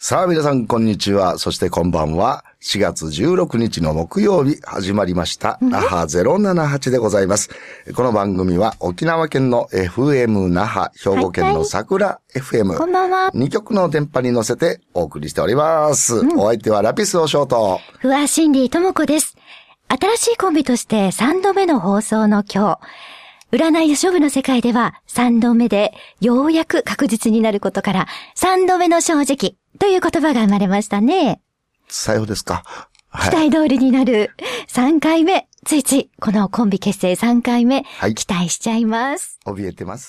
さあ皆さんこんにちは。そしてこんばんは。4月16日の木曜日始まりました。那覇078でございます。この番組は沖縄県の FM 那覇、兵庫県の桜 FM。 こんばんは。 2曲の電波に乗せてお送りしております。お相手はラピスオショート。 不破真理智子です。新しいコンビとして3度目の放送の今日。占いや勝負の世界では3度目でようやく確実になることから3度目の正直という言葉が生まれましたね。 さようですか。 期待通りになる3回目。ついついこのコンビ結成3回目、期待しちゃいます。 怯えてます。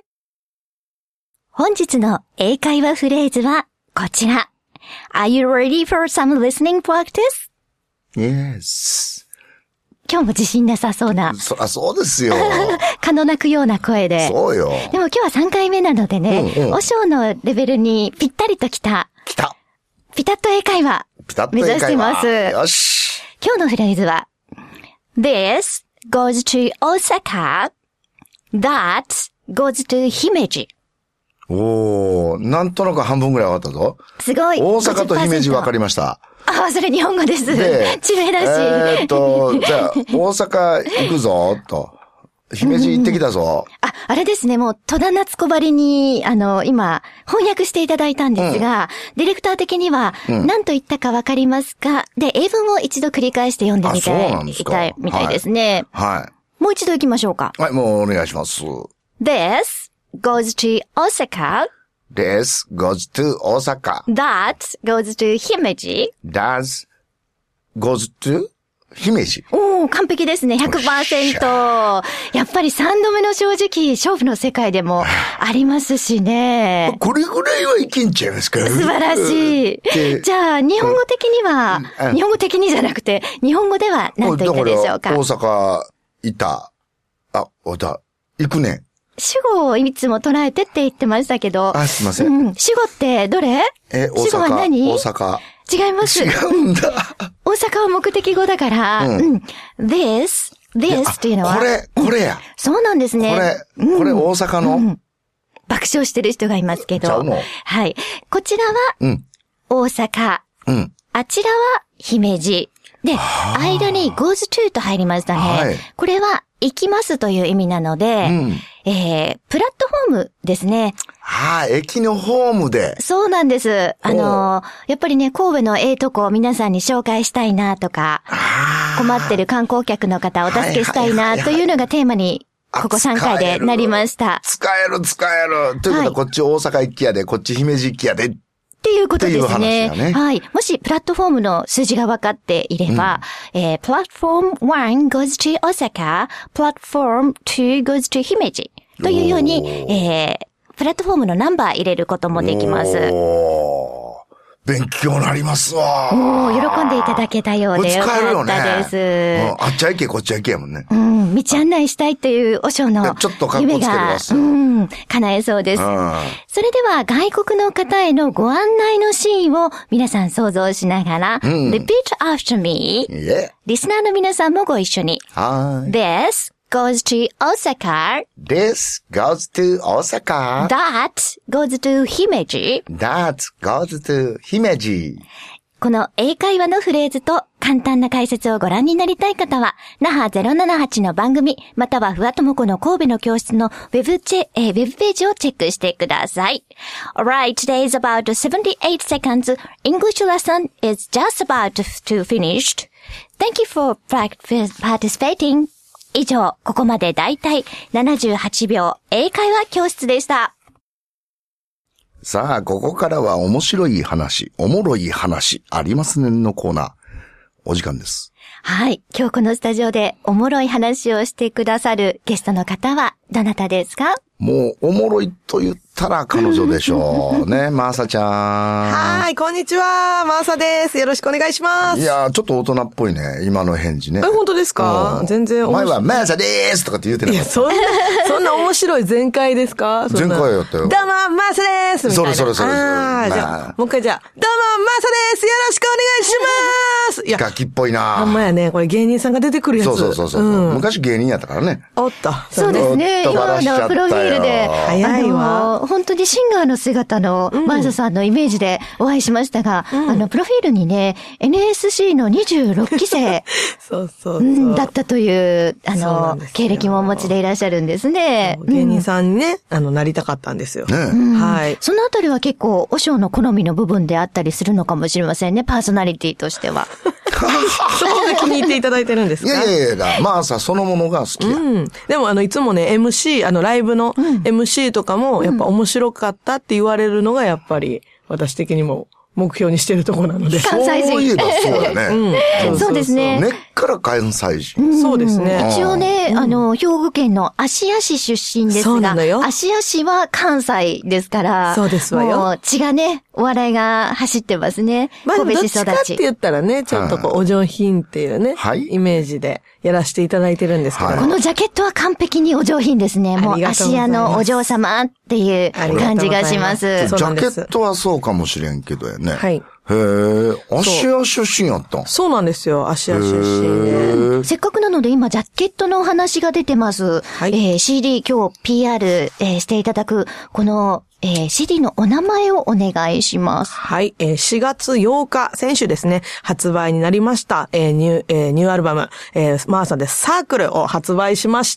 本日の英会話フレーズはこちら。Are you ready for some listening practice? Yes. 今日も自信なさそうな。 そうですよ。 蚊の鳴くような声で。 そうよ。 でも今日は3回目なのでね、和尚のレベルにぴったりと来た。ピタッと英会話。目指しています。 よし。 今日のフレーズは、This goes to Osaka. That goes to 姫路。 なんとなく半分ぐらい分かったぞ。 すごい。 大阪と姫路分かりました。 それ日本語です。地名だし。 じゃあ、大阪行くぞ、と。姫路行ってきたぞ。 あれですね、もう、戸田夏子ばりに、今、翻訳していただいたんですが、ディレクター的には、何と言ったかわかりますかで、英文を一度繰り返して読んでみたいみたいですね。 はい。 もう一度行きましょうか。 はい、もうお願いします。 This goes to Osaka.This goes to Osaka.That goes to 姫路. That goes to 姫路。 完璧ですね。100%。やっぱり3度目の正直、勝負の世界でもありますしね。 これぐらいはいけんちゃいますか？ 素晴らしい。じゃあ、日本語的には、日本語的にじゃなくて、日本語では何と言ったでしょうか？ 大阪、いた。行くね。 主語をいつも捉えてって言ってましたけど。 すいません。 主語ってどれ？主語は何？ 大阪。 違います。 違うんだ。 大阪は目的語だから、this っていうのは。 これや。 そうなんですね。 これ大阪の、 爆笑してる人がいますけど。はい。こちらは、大阪。あちらは、姫路。で、間に goes to と入りましたね。これは、行きますという意味なので、プラットフォームですね。 駅のホームで。 そうなんです。やっぱりね、神戸のとこを皆さんに紹介したいなとか、困ってる観光客の方をお助けしたいなというのがテーマに、ここ3回でなりました。 使える。ということは、こっち大阪行きやで、こっち姫路行きやで。 っていうことですね。はい。もし、プラットフォームの数字が分かっていれば、platform 1 goes to Osaka, platform 2 goes to 姫路というように、プラットフォームのナンバー入れることもできます。 勉強になりますわ。 喜んでいただけたようでよかったです。 あっちゃ行け、こっちゃ行けやもんね。 道案内したいという和尚の夢が、叶えそうです。それでは外国の方へのご案内のシーンを皆さん想像しながら、repeat after me。リスナーの皆さんもご一緒に。This goes to Osaka. This goes to Osaka. That goes to 姫路. That goes to 姫路. この英会話のフレーズと簡単な解説をご覧になりたい方は、那覇078の番組、またはふわともこの神戸の教室のウェブページをチェックしてください。Alright, today is about 78 seconds. English lesson is just about to finish. Thank you for participating. 以上、ここまでだいたい78秒英会話教室でした。 さあ、ここからは面白い話、おもろい話、ありますねのコーナー、お時間です。 はい。今日このスタジオでおもろい話をしてくださるゲストの方はどなたですか？ もう、おもろいと言ったら彼女でしょう。ね、マーサちゃん。 はい、こんにちは。マーサです。よろしくお願いします。 いやー、ちょっと大人っぽいね、今の返事ね。 本当ですか？全然面白い。 前はマーサでーすとかって言うてなかった。 いや、そんな面白い前回ですか？ 前回やったよ。 どうも、マーサでーすみたいな。 それ。 じゃあ、もう一回じゃあ、どうも、マーサです。よろしくお願いします。いや、 ガキっぽいな。 ほんまやね。これ芸人さんが出てくるやつ。 そう。昔芸人やったからね。 おっと。 そうですね。今のプロフィールで。 早いわ。 本当にシンガーの姿のマーサさんのイメージでお会いしましたが、プロフィールにね、NSC の26期生だったという、経歴もお持ちでいらっしゃるんですね。 芸人さんにね、なりたかったんですよ。はい。 そのあたりは結構、和尚の好みの部分であったりするのかもしれませんね、パーソナリティとしては。 そこで気に入っていただいてるんですか？ いや、マーサそのものが好きや。 でもいつもね、MC、ライブの MC とかも、やっぱ面白かったって言われるのが、やっぱり、私的にも、目標にしてるところなので。 関西人。 そういえばそうだね。 そうですね。 根っから関西人。 そうですね。 一応ね、兵庫県の芦屋市出身ですが、 そうなのよ。 芦屋市は関西ですから、 そうですわよ。 もう血がね、お笑いが走ってますね。 神戸市育ち。どっちかって言ったらね、ちょっとお上品っていうね、イメージでやらせていただいてるんですけど。 このジャケットは完璧にお上品ですね。もう芦屋のお嬢様っていう感じがします。 ジャケットはそうかもしれんけどやね。 はい。 へえ、芦屋出身やったん？ そうなんですよ、芦屋出身で。 せっかくなので今ジャケットのお話が出てます。はい。CD 今日 PR、していただく、この、CD のお名前をお願いします。 はい。4月8日、先週ですね、発売になりました。ニューアルバム、マーサでサークルを発売しました。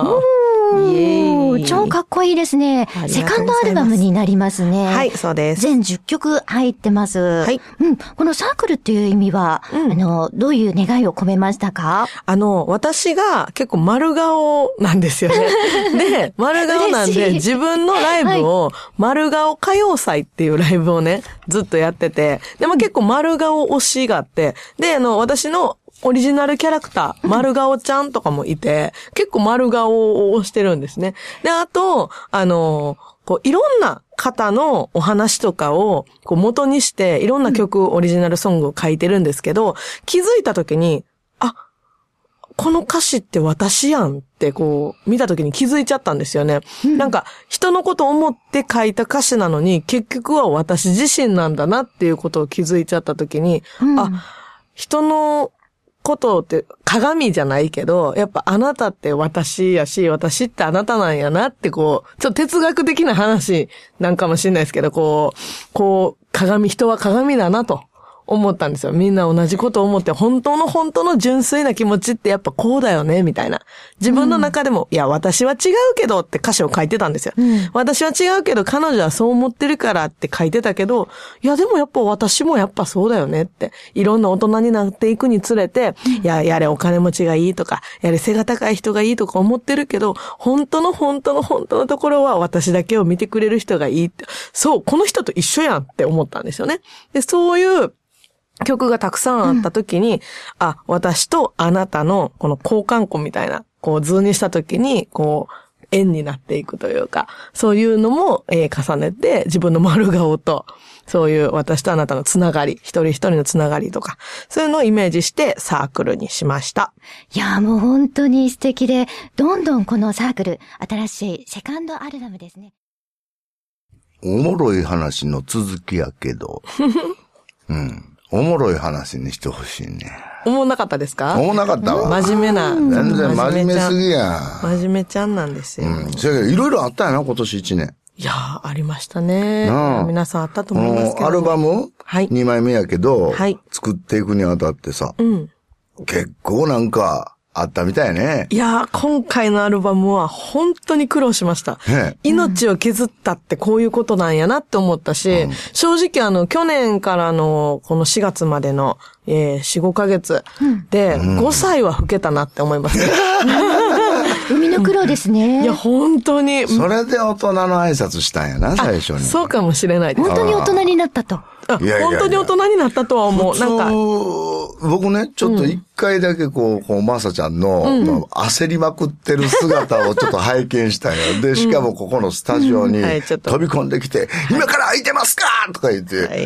イエーイ。超かっこいいですね。セカンドアルバムになりますね。 はい、そうです。 全10曲入ってます。はい。このサークルっていう意味は、どういう願いを込めましたか？ 私が結構丸顔なんですよね。で、丸顔なんで、自分のライブを、丸顔歌謡祭っていうライブをね、ずっとやってて、でも結構丸顔推しがあって、で、私のオリジナルキャラクター、丸顔ちゃんとかもいて、結構丸顔を推してるんですね。で、あと、いろんな方のお話とかを元にして、いろんな曲、オリジナルソングを書いてるんですけど、気づいた時に、この歌詞って私やんって見た時に気づいちゃったんですよね。なんか人のことを思って書いた歌詞なのに結局は私自身なんだなっていうことを気づいちゃった時に、人のことって鏡じゃないけど、やっぱあなたって私やし、私ってあなたなんやなってちょっと哲学的な話なんかもしれないですけど、人は鏡だなと。思ったんですよ。みんな同じことを思って、本当の純粋な気持ちってやっぱこうだよね、みたいな。自分の中でも、いや、私は違うけどって歌詞を書いてたんですよ。私は違うけど、彼女はそう思ってるからって書いてたけど、いや、でもやっぱ私もやっぱそうだよねって。いろんな大人になっていくにつれて、やれお金持ちがいいとか、やれ背が高い人がいいとか思ってるけど、本当のところは私だけを見てくれる人がいいって。そう、この人と一緒やんって思ったんですよね。で、そういう、曲がたくさんあった時に、私とあなたのこの交換庫みたいな、図にした時に、円になっていくというか、そういうのも、重ねて自分の丸顔と、そういう私とあなたのつながり、一人一人のつながりとか、そういうのをイメージしてサークルにしました。 いや、もう本当に素敵で、どんどんこのサークル、新しいセカンドアルバムですね。 おもろい話の続きやけど、おもろい話にしてほしいね。 おもんなかったですか？ おもんなかったわ。 真面目な。 全然真面目すぎやん。 真面目ちゃんなんですよ。 いろいろあったんやな、今年1年。 いやー、ありましたね。皆さんあったと思いますけど。 アルバム2枚目やけど、作っていくにあたってさ、結構なんか、あったみたいね。 いやー、今回のアルバムは本当に苦労しました。命を削ったってこういうことなんやなって思ったし、正直去年からのこの4月までの、4、5ヶ月で5歳は老けたなって思います。 海の苦労ですね。 いや、本当に。 それで大人の挨拶したんやな、最初に。 そうかもしれないです。 本当に大人になったと。 本当に大人になったとは思う。なんか。 僕ね、ちょっと一回だけまさちゃんの、焦りまくってる姿をちょっと拝見したんよ。で、しかもここのスタジオに飛び込んできて、今から空いてますかとか言って、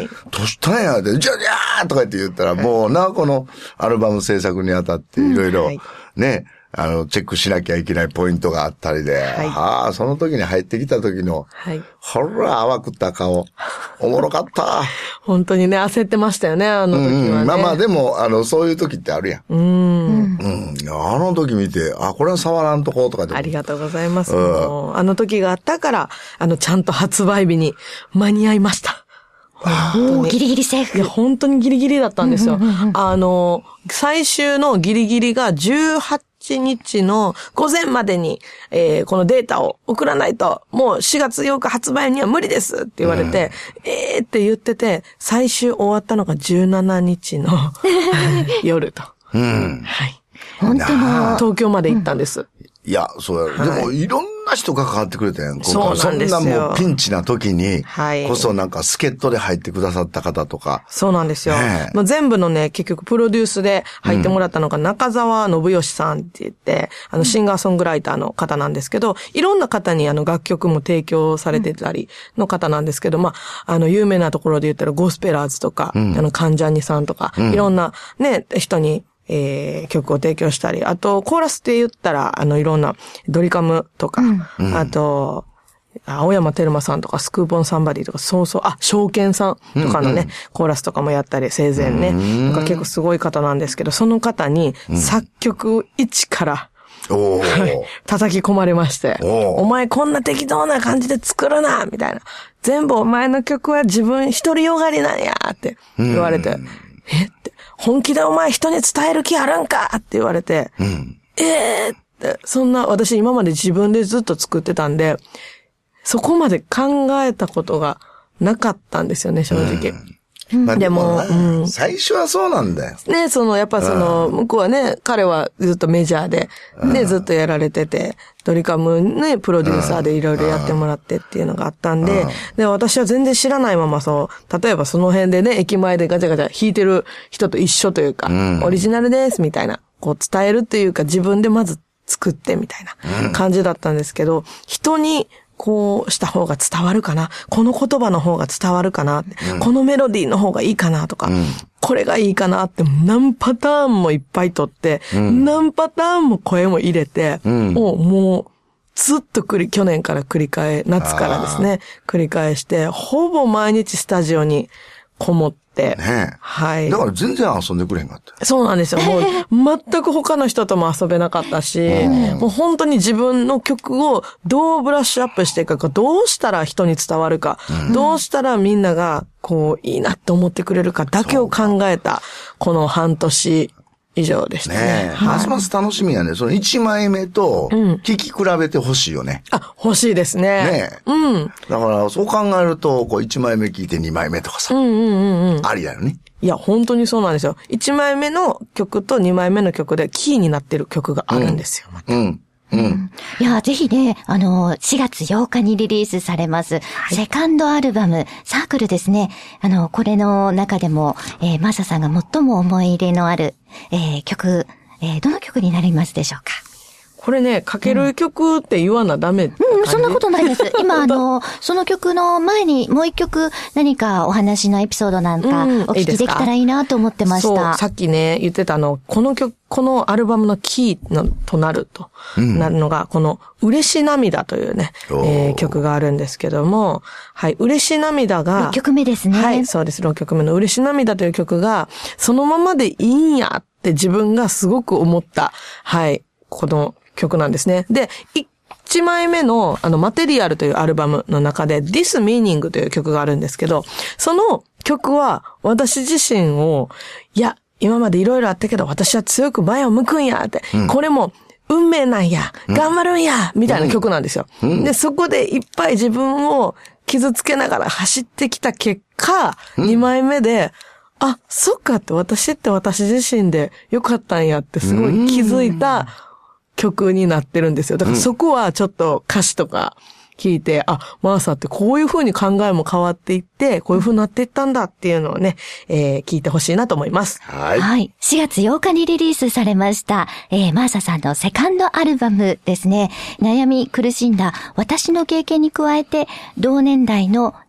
どうしたんやで、じゃーとか言って言ったら、もうな、このアルバム制作にあたっていろいろ、ね、 チェックしなきゃいけないポイントがあったりで、はい、その時に入ってきた時の、はい、ほら、淡くった顔、おもろかった。 本当にね、焦ってましたよね、あの時はね。 まあまあ、でも、そういう時ってあるやん。あの時見て、これは触らんとことかでも。 ありがとうございます。あの時があったから、ちゃんと発売日に間に合いました。 ギリギリセーフ。 いや、本当にギリギリだったんですよ。最終のギリギリが18日の午前までに、このデータを送らないと、もう4月8日発売には無理ですって言われて、って言ってて、最終終わったのが17日の夜と。はい。 本当の東京まで行ったんです。 いや、そうや。でも、いろんな人が関わってくれたやん。 そうなんですよ。 そんなもうピンチな時に、こそなんか助っ人で入ってくださった方とか。 そうなんですよ。まあ、全部のね、結局プロデュースで入ってもらったのが中澤信義さんって言って、シンガーソングライターの方なんですけど、いろんな方に楽曲も提供されてたりの方なんですけど、まあ、有名なところで言ったらゴスペラーズとか、カンジャニさんとか、いろんなね、人に、曲を提供したり、あと、コーラスって言ったら、いろんな、ドリカムとか、あと、青山テルマさんとか、スクーポンサンバディとか、証券さんとかのね、コーラスとかもやったり、生前ね、なんか結構すごい方なんですけど、その方に、作曲一から、叩き込まれまして、お前こんな適当な感じで作るなみたいな。全部お前の曲は自分独りよがりなんやって言われて、って本気でお前人に伝える気あるんかって言われて、ってそんな私今まで自分でずっと作ってたんで、そこまで考えたことがなかったんですよね、正直。でも、 最初はそうなんだよ。 ね、やっぱ向こうはね、彼はずっとメジャーで、ね、ずっとやられてて、ドリカムね、プロデューサーでいろいろやってもらってっていうのがあったんで、で、私は全然知らないまま例えばその辺でね、駅前でガチャガチャ弾いてる人と一緒というか、オリジナルですみたいな、伝えるというか自分でまず作ってみたいな感じだったんですけど、人に、こうした方が伝わるかな、この言葉の方が伝わるかな、このメロディーの方がいいかなとか、これがいいかなって何パターンもいっぱい取って、何パターンも声も入れて、もうずっと去年から夏からですね、繰り返して、ほぼ毎日スタジオにこもって、はい。 だから全然遊んでくれへんかった。 そうなんですよ。もう全く他の人とも遊べなかったし、もう本当に自分の曲をどうブラッシュアップしていくか、どうしたら人に伝わるか、どうしたらみんながいいなって思ってくれるかだけを考えた、この半年以上でしたね。 ますます楽しみやね。その1枚目と、聴き比べてほしいよね。 欲しいですね。 だから、そう考えると、1枚目聴いて2枚目とかさ。ありだよね。 いや、本当にそうなんですよ。1枚目の曲と2枚目の曲でキーになってる曲があるんですよ、また。 いや、ぜひね、4月8日にリリースされます、セカンドアルバム、サークルですね。これの中でも、マサさんが最も思い入れのある、曲、どの曲になりますでしょうか？ これね、かける曲って言わなダメ。 そんなことないです。今、その曲の前にもう一曲何かお話のエピソードなんかお聞きできたらいいなと思ってました。 そう、さっきね、言ってたこのアルバムのキーとなると、なるのが、この嬉し涙というね、曲があるんですけども、はい、嬉し涙が、 6曲目ですね。 はい、そうです。6曲目の嬉し涙という曲が、そのままでいいんやって自分がすごく思った、はい、この曲なんですね。で、1枚目のマテリアルというアルバムの中で This Meaning という曲があるんですけど、その曲は私自身を、いや、今までいろいろあったけど私は強く前を向くんやって、これも運命なんや、頑張るんや、みたいな曲なんですよ。で、そこでいっぱい自分を傷つけながら走ってきた結果、2枚目で、そっかって私って私自身でよかったんやってすごい気づいた曲になってるんですよ。だからそこはちょっと歌詞とか聞いて、マーサってこういう風に考えも変わっていって、こういう風になっていったんだっていうのをね、聞いてほしいなと思います。 はい。4月8日にリリースされました、マーサさんのセカンドアルバムですね。悩み苦しんだ私の経験に加えて、同年代の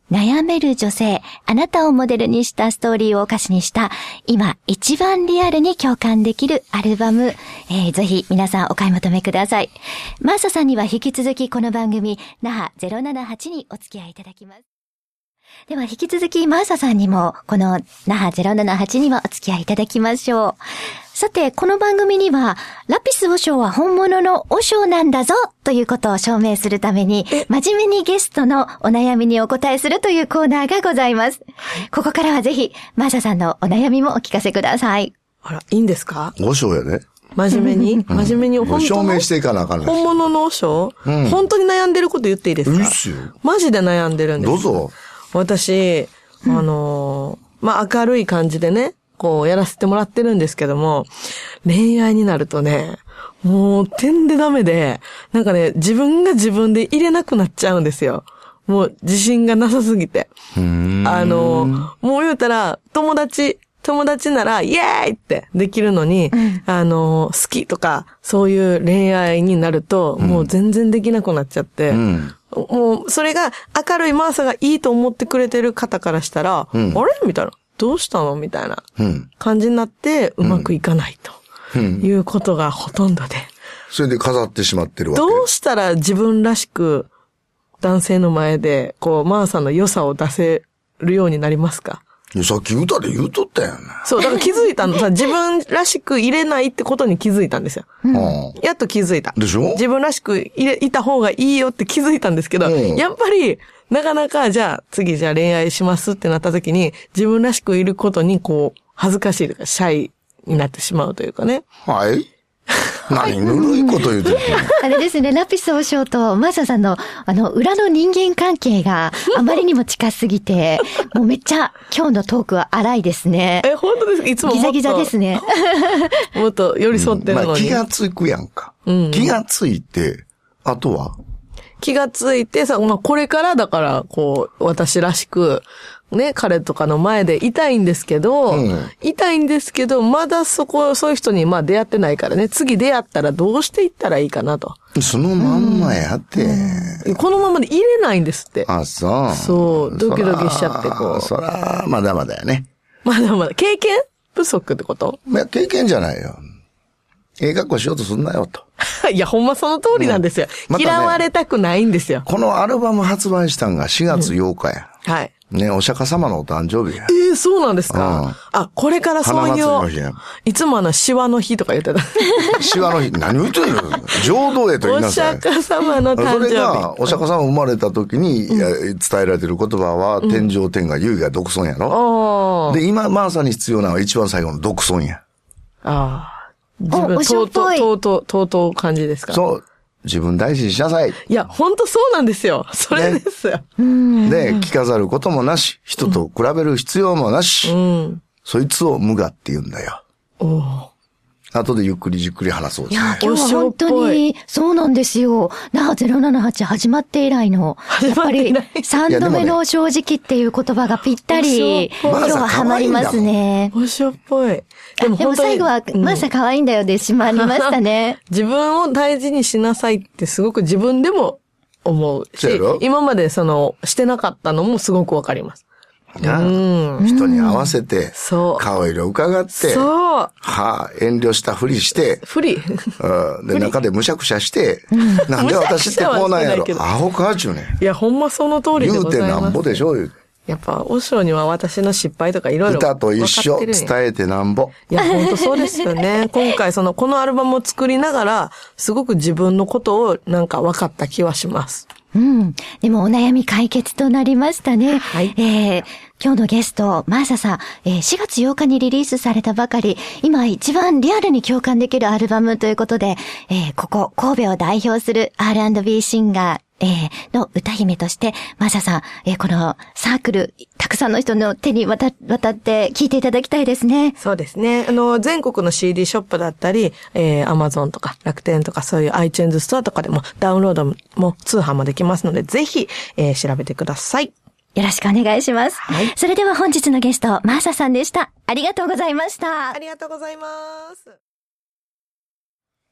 悩める女性、あなたをモデルにしたストーリーを歌詞にした、今一番リアルに共感できるアルバム、ぜひ皆さんお買い求めください。マーサさんには引き続きこの番組、那覇078にお付き合いいただきます。では引き続きマーサさんにもこの那覇078にはお付き合いいただきましょう。さて、この番組にはラピス和尚は本物の和尚なんだぞということを証明するために真面目にゲストのお悩みにお答えするというコーナーがございます。ここからはぜひマーサさんのお悩みもお聞かせください。 あら、いいんですか？ 和尚やね。 真面目に真面目に本当証明していかなあかんね。 本物の和尚、本当に悩んでること言っていいですか？ いいっすよ。 マジで悩んでるんです。 どうぞ。 私、明るい感じでね、こうやらせてもらってるんですけども、恋愛になるとね、もう点でダメで、なんかね、自分が自分で入れなくなっちゃうんですよ。もう自信がなさすぎて。もう言うたら、友達なら、イエーイってできるのに、好きとか、そういう恋愛になると、もう全然できなくなっちゃって、もう、それが明るいマーサがいいと思ってくれてる方からしたら、あれみたいな。どうしたのみたいな感じになって、うまくいかないということがほとんどで。 それで飾ってしまってるわけ。 どうしたら自分らしく男性の前で、こう、マーサの良さを出せるようになりますか？ さっき歌で言うとったやん。 そう、だから気づいたのさ、自分らしく入れないってことに気づいたんですよ。やっと気づいた。 でしょ？ 自分らしくいた方がいいよって気づいたんですけど、やっぱり、なかなか、じゃあ恋愛しますってなった時に、自分らしくいることにこう、恥ずかしいというか、シャイになってしまうというかね。 はい。何ぬるいこと言うてるの？ あれですね、ラピス和尚とマーサさんの、裏の人間関係があまりにも近すぎて、もうめっちゃ今日のトークは荒いですね。 本当ですか？いつももっと。 ギザギザですね。 もっと寄り添ってるのに。 気がつくやんか。気がついて、あとは気がついてさ、これからだから、こう、私らしく、ね、彼とかの前でいたいんですけど、まだそういう人に出会ってないからね、次出会ったらどうしていったらいいかなと。 そのまんまやって。 このままで入れないんですって。 あ、そう。 そう、ドキドキしちゃってこう。 そら、まだまだやね。 まだまだ。経験不足ってこと？ いや、経験じゃないよ。格好しようとすんなよと。 いや、ほんまその通りなんですよ。嫌われたくないんですよ。 このアルバム発売したんが4月8日や。 はい。 ね、お釈迦様のお誕生日や。 そうなんですか？これからそういう、いつもシワの日とか言ってた。 シワの日、何言ってんの？浄土へと言いなさい。 お釈迦様の誕生日。 それが、お釈迦様生まれた時に伝えられてる言葉は、天上天下唯我独尊やろ。で、今、マーサに必要なのは一番最後の独尊や。 自分、尊い感じですか？ そう。自分大事にしなさい。 いや、ほんとそうなんですよ。それですよ。 で、着飾ることもなし、人と比べる必要もなし、そいつを無我って言うんだよ。後でゆっくりじっくり話そう。 いや、今日は本当に、そうなんですよ。那覇078始まって以来の、やっぱり3度目の正直っていう言葉がぴったり、今日はハマりますね。 おしょっぽい。 でも最後は、マーサ可愛いんだよで締まりましたね。 自分を大事にしなさいってすごく自分でも思うし、今までしてなかったのもすごくわかります。 人に合わせて、顔色伺って、遠慮したふりして、で、中でむしゃくしゃして、なんで私ってこうなんやろ、アホかちゅうね。 いや、ほんまその通りでございます。 言うてなんぼでしょう、言うて。 やっぱ、和尚には私の失敗とかいろいろ。 歌と一緒、伝えてなんぼ。 いや、ほんとそうですよね。今回このアルバムを作りながら、すごく自分のことを分かった気はします。 でもお悩み解決となりましたね。はい。今日のゲスト、マーサさん、4月8日にリリースされたばかり、今一番リアルに共感できるアルバムということで、神戸を代表する R&B シンガー、の歌姫として、マーサさん、このサークル、たくさんの人の手に渡って聴いていただきたいですね。 そうですね。全国の CD ショップだったり、Amazon とか楽天とかそういう iTunes ストアとかでもダウンロードも通販もできますので、ぜひ、調べてください。 よろしくお願いします。はい。それでは本日のゲスト、マーサさんでした。ありがとうございました。 ありがとうございます。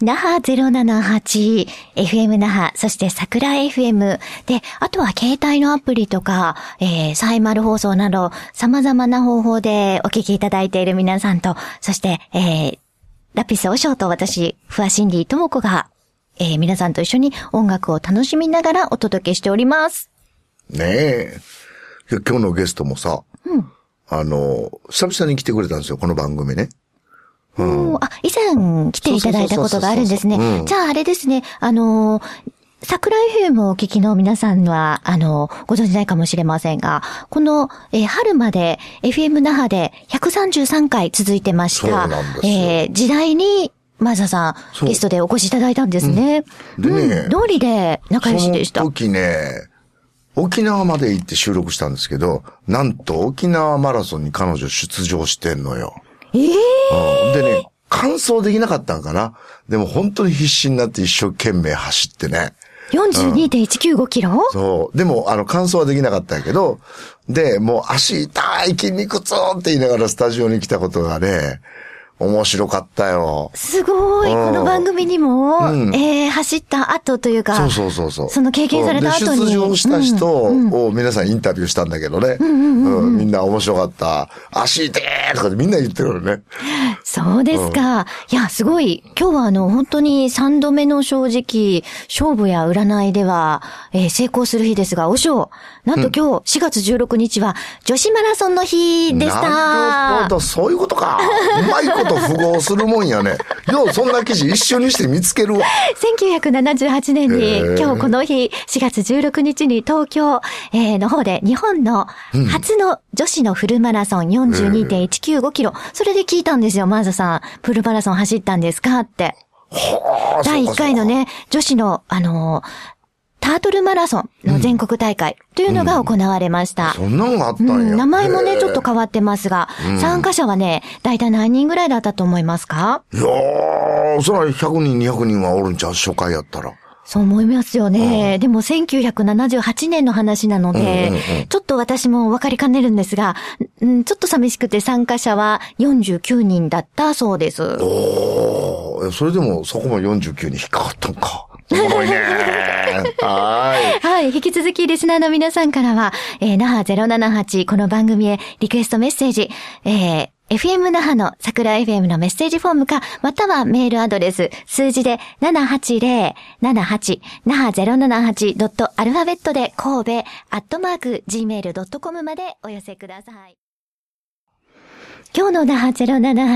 那覇078、FM 那覇、そして桜 FM で、あとは携帯のアプリとか、サイマル放送など様々な方法でお聞きいただいている皆さんと、そして、ラピスおしょうと私、フワシンディともこが、皆さんと一緒に音楽を楽しみながらお届けしております。 ねえ。今日のゲストもさ、久々に来てくれたんですよ、この番組ね。 以前来ていただいたことがあるんですね。じゃああれですね、桜 FM をお聞きの皆さんは、ご存じないかもしれませんが、この、春まで FM 那覇で133回続いてました。時代に、マーサさん、ゲストでお越しいただいたんですね。でね、通りで仲良しでした。 その時ね、沖縄まで行って収録したんですけど、なんと沖縄マラソンに彼女出場してんのよ。でね、完走できなかったんかな。でも本当に必死になって一生懸命走ってね。 42.195 キロ？ そう。でも、完走はできなかったんやけど、で、もう足痛い、筋肉痛って言いながらスタジオに来たことがね、面白かったよ。 すごい。この番組にも、走った後というか、その経験された後に。 出場した人を皆さんインタビューしたんだけどね。みんな面白かった。足痛ーとかでみんな言ってるよね。 そうですか。いや、すごい。今日は本当に3度目の正直、勝負や占いでは、成功する日ですが、おしょう。なんと今日4月16日は女子マラソンの日でした。 なるほど、そういうことか。うまいこと符合するもんやね。ようそんな記事一緒にして見つけるわ。 1978年に、今日この日4月16日に東京、の方で日本の初の女子のフルマラソン 42.195 キロ。それで聞いたんですよ、マーザさん。フルマラソン走ったんですかって。第1回のね、女子のタートルマラソンの全国大会というのが行われました。 そんなのがあったんや。 名前もね、ちょっと変わってますが、参加者はね、だいたい何人ぐらいだったと思いますか？ いやー、そら100人、200人はおるんちゃう？初回やったら。 そう思いますよね。でも1978年の話なので、ちょっと私も分かりかねるんですが、ちょっと寂しくて参加者は49人だったそうです。 それでもそこも49に引っかかったんか。すごいね。はい。 引き続きリスナーの皆さんからは、那覇078この番組へリクエストメッセージ、FM 那覇の桜 FM のメッセージフォームか、またはメールアドレス、数字で78078、那覇 078. アルファベットで神戸@gmail.com までお寄せください。今日の那覇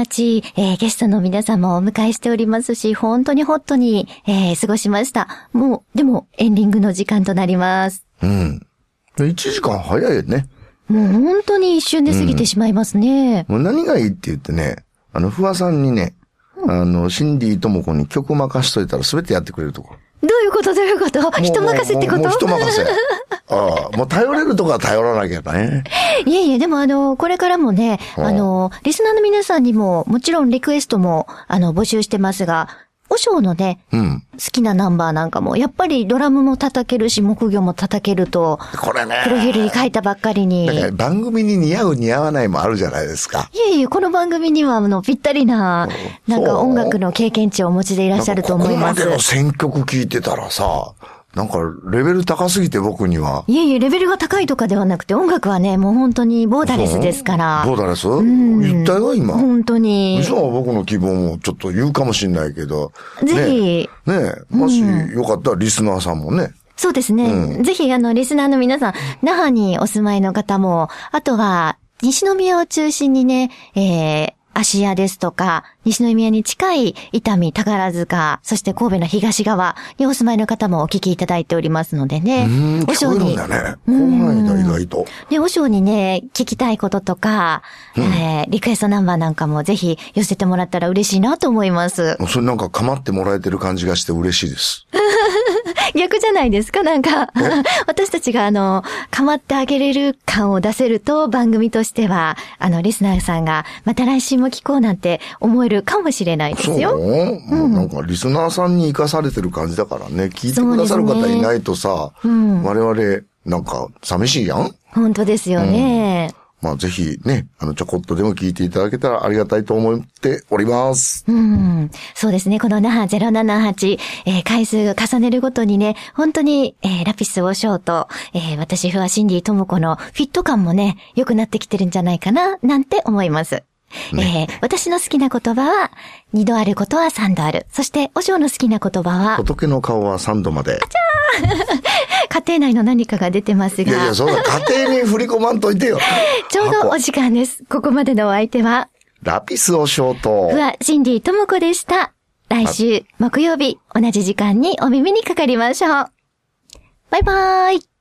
078、ゲストの皆様をお迎えしておりますし、本当にホットに、過ごしました。もう、でも、エンディングの時間となります。 1時間早いよね。 もう本当に一瞬で過ぎてしまいますね。 もう何がいいって言ってね、不破さんにね、シンディともこに曲任しといたら全てやってくれるとこ。 どういうこと人任せってこと？ もう人任せ。もう頼れるとこは頼らなきゃね。 いえいえ、でもこれからもね、リスナーの皆さんにも、もちろんリクエストも、募集してますが、おしょうのね、好きなナンバーなんかも、やっぱりドラムも叩けるし、木魚も叩けると、 これね、 プロフィールに書いたばっかりに。 だから番組に似合う似合わないもあるじゃないですか。 いえいえ、この番組にはぴったりな、なんか音楽の経験値をお持ちでいらっしゃると思います。 ここまでの選曲聞いてたらさ、なんかレベル高すぎて僕には。 いえいえ、レベルが高いとかではなくて、音楽はね、もう本当にボーダレスですから。 ボーダレス？言ったよ、今。 本当に。 じゃあ僕の希望もちょっと言うかもしれないけど。 ぜひ。 ねもしよかったらリスナーさんもね。 そうですね。ぜひリスナーの皆さん、那覇にお住まいの方も、あとは、西宮を中心にね、芦屋ですとか、西宮に近い伊丹、宝塚、そして神戸の東側にお住まいの方もお聞きいただいておりますのでね。 おしょうに。聞こえるんだね。広範囲だ、意外と。 で、おしょうにね、聞きたいこととか、リクエストナンバーなんかもぜひ寄せてもらったら嬉しいなと思います。 それなんか構ってもらえてる感じがして嬉しいです。 逆じゃないですかなんか、私たちが構ってあげれる感を出せると番組としては、リスナーさんが、また来週も聞こうなんて思えるかもしれないですよ。 なんかリスナーさんに生かされてる感じだからね、聞いてくださる方いないとさ、我々なんか寂しいやん？ 本当ですよね。 まあぜひね、ちょこっとでも聞いていただけたらありがたいと思っております。 そうですね。この那覇078、回数重ねるごとにね、本当に、ラピス・オショーと、私、フワシンディ・トモコのフィット感もね、良くなってきてるんじゃないかな、なんて思います。私の好きな言葉は、2度あることは3度ある。そして、お嬢の好きな言葉は、 仏の顔は3度まで。 家庭内の何かが出てますが。 いや、そうだ、家庭に振り込まんといてよ。 ちょうどお時間です。ここまでのお相手は、 ラピス・オショーと、 フワシンディ・トモコでした。来週、木曜日、同じ時間にお耳にかかりましょう。バイバーイ。